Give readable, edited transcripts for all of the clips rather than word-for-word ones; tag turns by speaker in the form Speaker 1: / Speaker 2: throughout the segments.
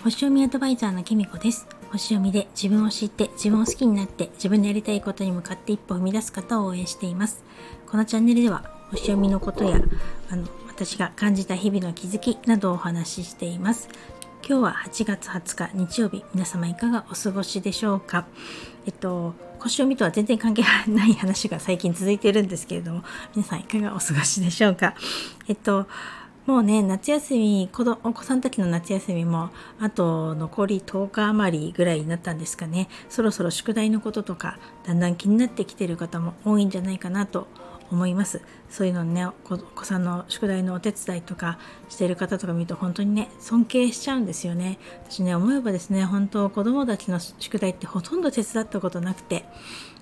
Speaker 1: 星読みアドバイザーのきみこです。星読みで自分を知って自分を好きになって自分のやりたいことに向かって一歩踏み出す方を応援しています。このチャンネルでは星読みのことや私が感じた日々の気づきなどをお話ししています。今日は8月20日日曜日、皆様いかがお過ごしでしょうか。星読みとは全然関係ない話が最近続いているんですけれども、皆さんいかがお過ごしでしょうか。もうね、夏休み、お子さんたちの夏休みもあと残り10日余りぐらいになったんですかね。そろそろ宿題のこととかだんだん気になってきている方も多いんじゃないかなと思います。そういうのね、お子さんの宿題のお手伝いとかしている方とか見ると本当にね、尊敬しちゃうんですよね。私ね、思えばですね、本当子供たちの宿題ってほとんど手伝ったことなくて、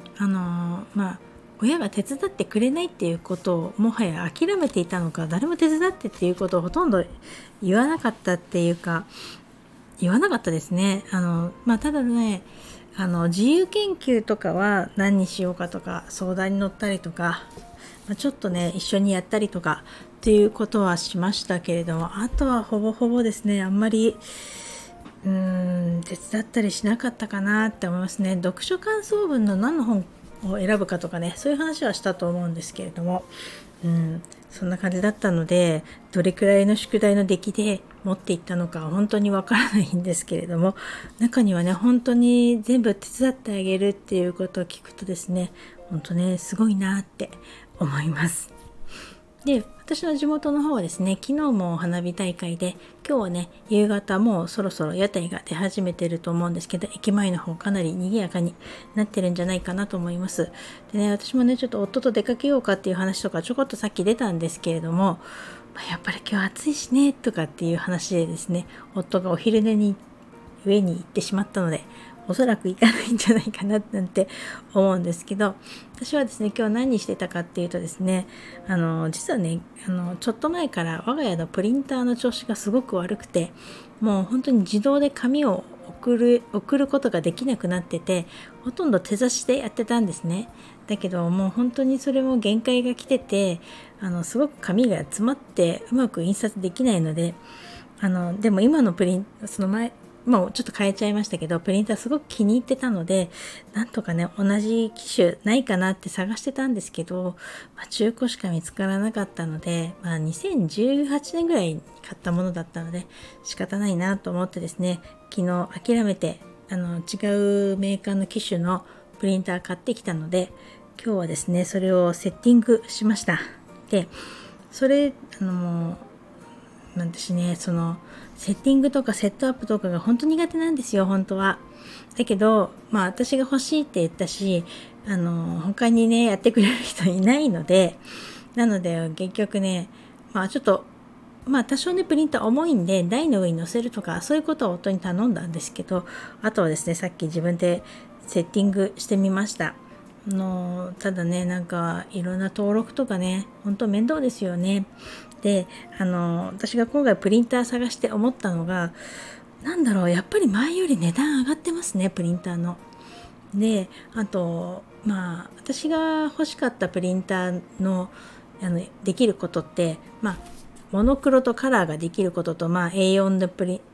Speaker 1: 親が手伝ってくれないっていうことをもはや諦めていたのか、誰も手伝ってっていうことをほとんど言わなかったっていうか、言わなかったですね。ただね、自由研究とかは何にしようかとか相談に乗ったりとか、ちょっとね一緒にやったりとかっていうことはしましたけれども、あとはほぼほぼですね、あんまり手伝ったりしなかったかなって思いますね。読書感想文の何の本を選ぶかとかね、そういう話はしたと思うんですけれども、そんな感じだったので、どれくらいの宿題の出来で持っていったのか本当にわからないんですけれども、中にはね、本当に全部手伝ってあげるっていうことを聞くとですね、本当ね、すごいなって思います。で、私の地元の方はですね、昨日もお花火大会で、今日はね、夕方もうそろそろ屋台が出始めてると思うんですけど、駅前の方かなり賑やかになってるんじゃないかなと思います。でね、私もね、ちょっと夫と出かけようかっていう話とかちょこっとさっき出たんですけれども、やっぱり今日暑いしねとかっていう話でですね、夫がお昼寝に上に行ってしまったので、おそらく行かないんじゃないかななんて思うんですけど、私はですね、今日何してたかっていうとですね、実はね、ちょっと前から我が家のプリンターの調子がすごく悪くて、もう本当に自動で紙を送ることができなくなってて、ほとんど手差しでやってたんですね。だけどもう本当にそれも限界が来てて、すごく紙が詰まってうまく印刷できないので、でも今のその前もうちょっと変えちゃいましたけど、プリンターすごく気に入ってたので、なんとかね、同じ機種ないかなって探してたんですけど、中古しか見つからなかったので、2018年ぐらいに買ったものだったので仕方ないなと思ってですね、昨日諦めて違うメーカーの機種のプリンター買ってきたので、今日はですねそれをセッティングしました。で、それ私ね、そのセッティングとかセットアップとかが本当苦手なんですよ、本当は。だけど私が欲しいって言ったし、他にねやってくれる人いないので、なので結局ね、ちょっと多少ねプリンター重いんで台の上に乗せるとかそういうことを夫に頼んだんですけど、あとはですね、さっき自分でセッティングしてみました。ただね、なんかいろんな登録とかね、本当面倒ですよね。で、私が今回プリンター探して思ったのが、やっぱり前より値段上がってますね、プリンターの。で、あと私が欲しかったプリンターのできることって、モノクロとカラーができることと、A4 のプリン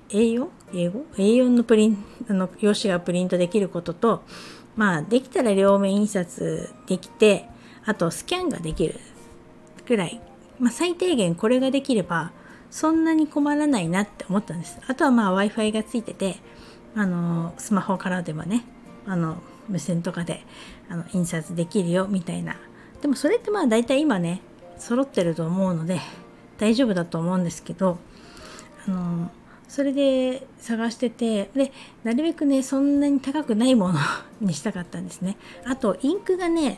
Speaker 1: A4 のプリン用紙がプリントできることと、できたら両面印刷できて、あとスキャンができるくらい、最低限これができればそんなに困らないなって思ったんです。あとはWi-Fi がついてて、スマホからでもね、無線とかで印刷できるよみたいな。でもそれって大体今ね揃ってると思うので大丈夫だと思うんですけど、それで探してて、でなるべくねそんなに高くないものにしたかったんですね。あとインクがね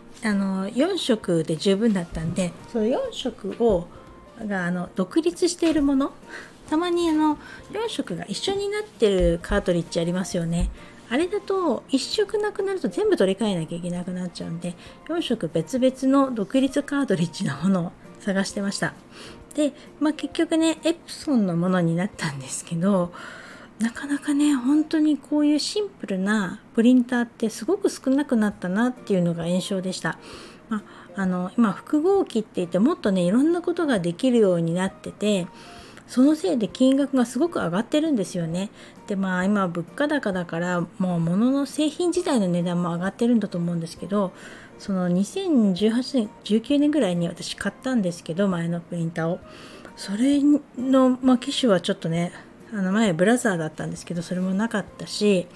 Speaker 1: 4色で十分だったんで、その4色が独立しているもの、たまに4色が一緒になってるカートリッジありますよね。あれだと1色なくなると全部取り替えなきゃいけなくなっちゃうんで、4色別々の独立カートリッジのものを探してました。で、結局ねエプソンのものになったんですけど、なかなかね本当にこういうシンプルなプリンターってすごく少なくなったなっていうのが印象でした。今複合機って言ってもっとねいろんなことができるようになってて、 そのせいで金額がすごく上がってるんですよね。で今物価高だからもう物の製品自体の値段も上がってるんだと思うんですけど、その2018年19年ぐらいに私買ったんですけど、前のプリンターを、それの、機種はちょっとね、前ブラザーだったんですけど、それもなかったし、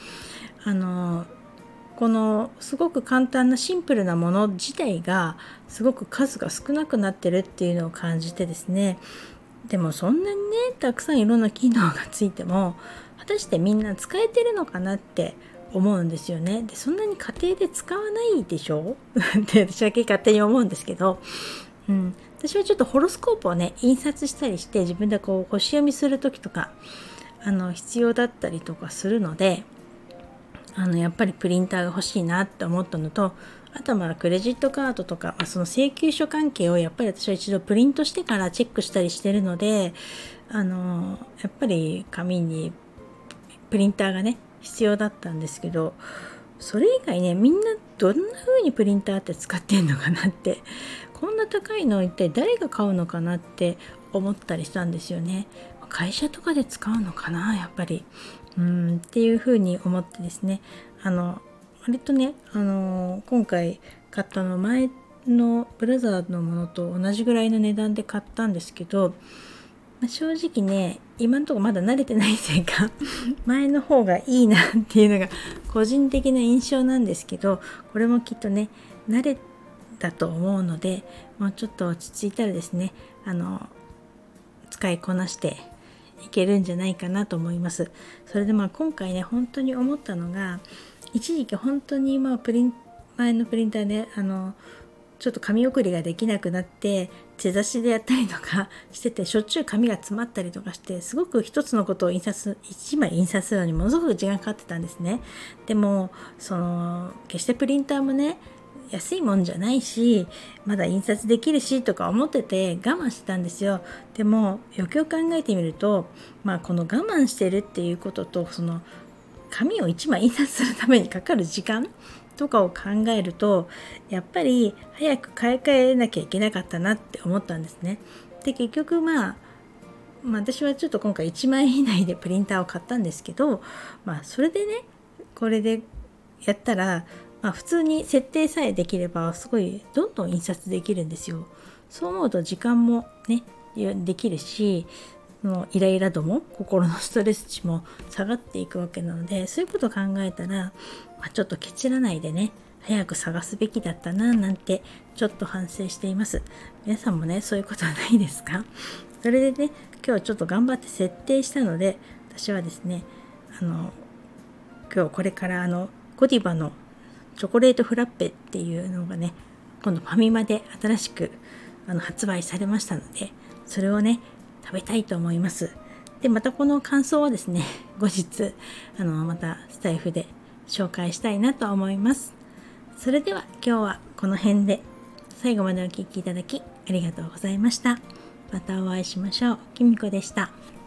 Speaker 1: このすごく簡単なシンプルなもの自体がすごく数が少なくなってるっていうのを感じてですね。でもそんなにね、たくさんいろんな機能がついても果たしてみんな使えてるのかなって思うんですよね。でそんなに家庭で使わないでしょって私は勝手に思うんですけど、私はちょっとホロスコープをね印刷したりして自分でこう星読みする時とか必要だったりとかするので、やっぱりプリンターが欲しいなって思ったのと、あとはクレジットカードとか、その請求書関係をやっぱり私は一度プリントしてからチェックしたりしてるので、やっぱり紙にプリンターがね必要だったんですけど、それ以外ね、みんなどんな風にプリンターって使ってんのかなって、こんな高いの一体誰が買うのかなって思ったりしたんですよね。会社とかで使うのかな、やっぱりっていう風に思ってですね、割とね、今回買ったの前のブラザーのものと同じぐらいの値段で買ったんですけど、正直ね、今のところまだ慣れてないせいか前の方がいいなっていうのが個人的な印象なんですけど、これもきっとね慣れだと思うので、もうちょっと落ち着いたらですね、使いこなしていけるんじゃないかなと思います。それで今回ね本当に思ったのが、一時期本当に前のプリンターでちょっと紙送りができなくなって手差しでやったりとかしてて、しょっちゅう紙が詰まったりとかして、すごく一つのことを1枚印刷するのにものすごく時間かかってたんですね。でも決してプリンターもね安いもんじゃないし、まだ印刷できるしとか思ってて我慢してたんですよ。でもよくよく考えてみると、この我慢してるっていうことと、その紙を1枚印刷するためにかかる時間とかを考えると、やっぱり早く買い替えなきゃいけなかったなって思ったんですね。で結局私はちょっと今回1万円以内でプリンターを買ったんですけど、それでね、これでやったら普通に設定さえできればすごいどんどん印刷できるんですよ。そう思うと時間もねできるし、イライラ度も心のストレス値も下がっていくわけなので、そういうことを考えたら、ちょっとケチらないでね早く探すべきだったななんてちょっと反省しています。皆さんもねそういうことはないですか？それでね、今日ちょっと頑張って設定したので、私はですね今日これからゴディバのチョコレートフラッペっていうのがね今度ファミマで新しく発売されましたので、それをね食べたいと思います。でまたこの感想はですね後日またスタイフで紹介したいなと思います。それでは今日はこの辺で、最後までお聞きいただきありがとうございました。またお会いしましょう。きみこでした。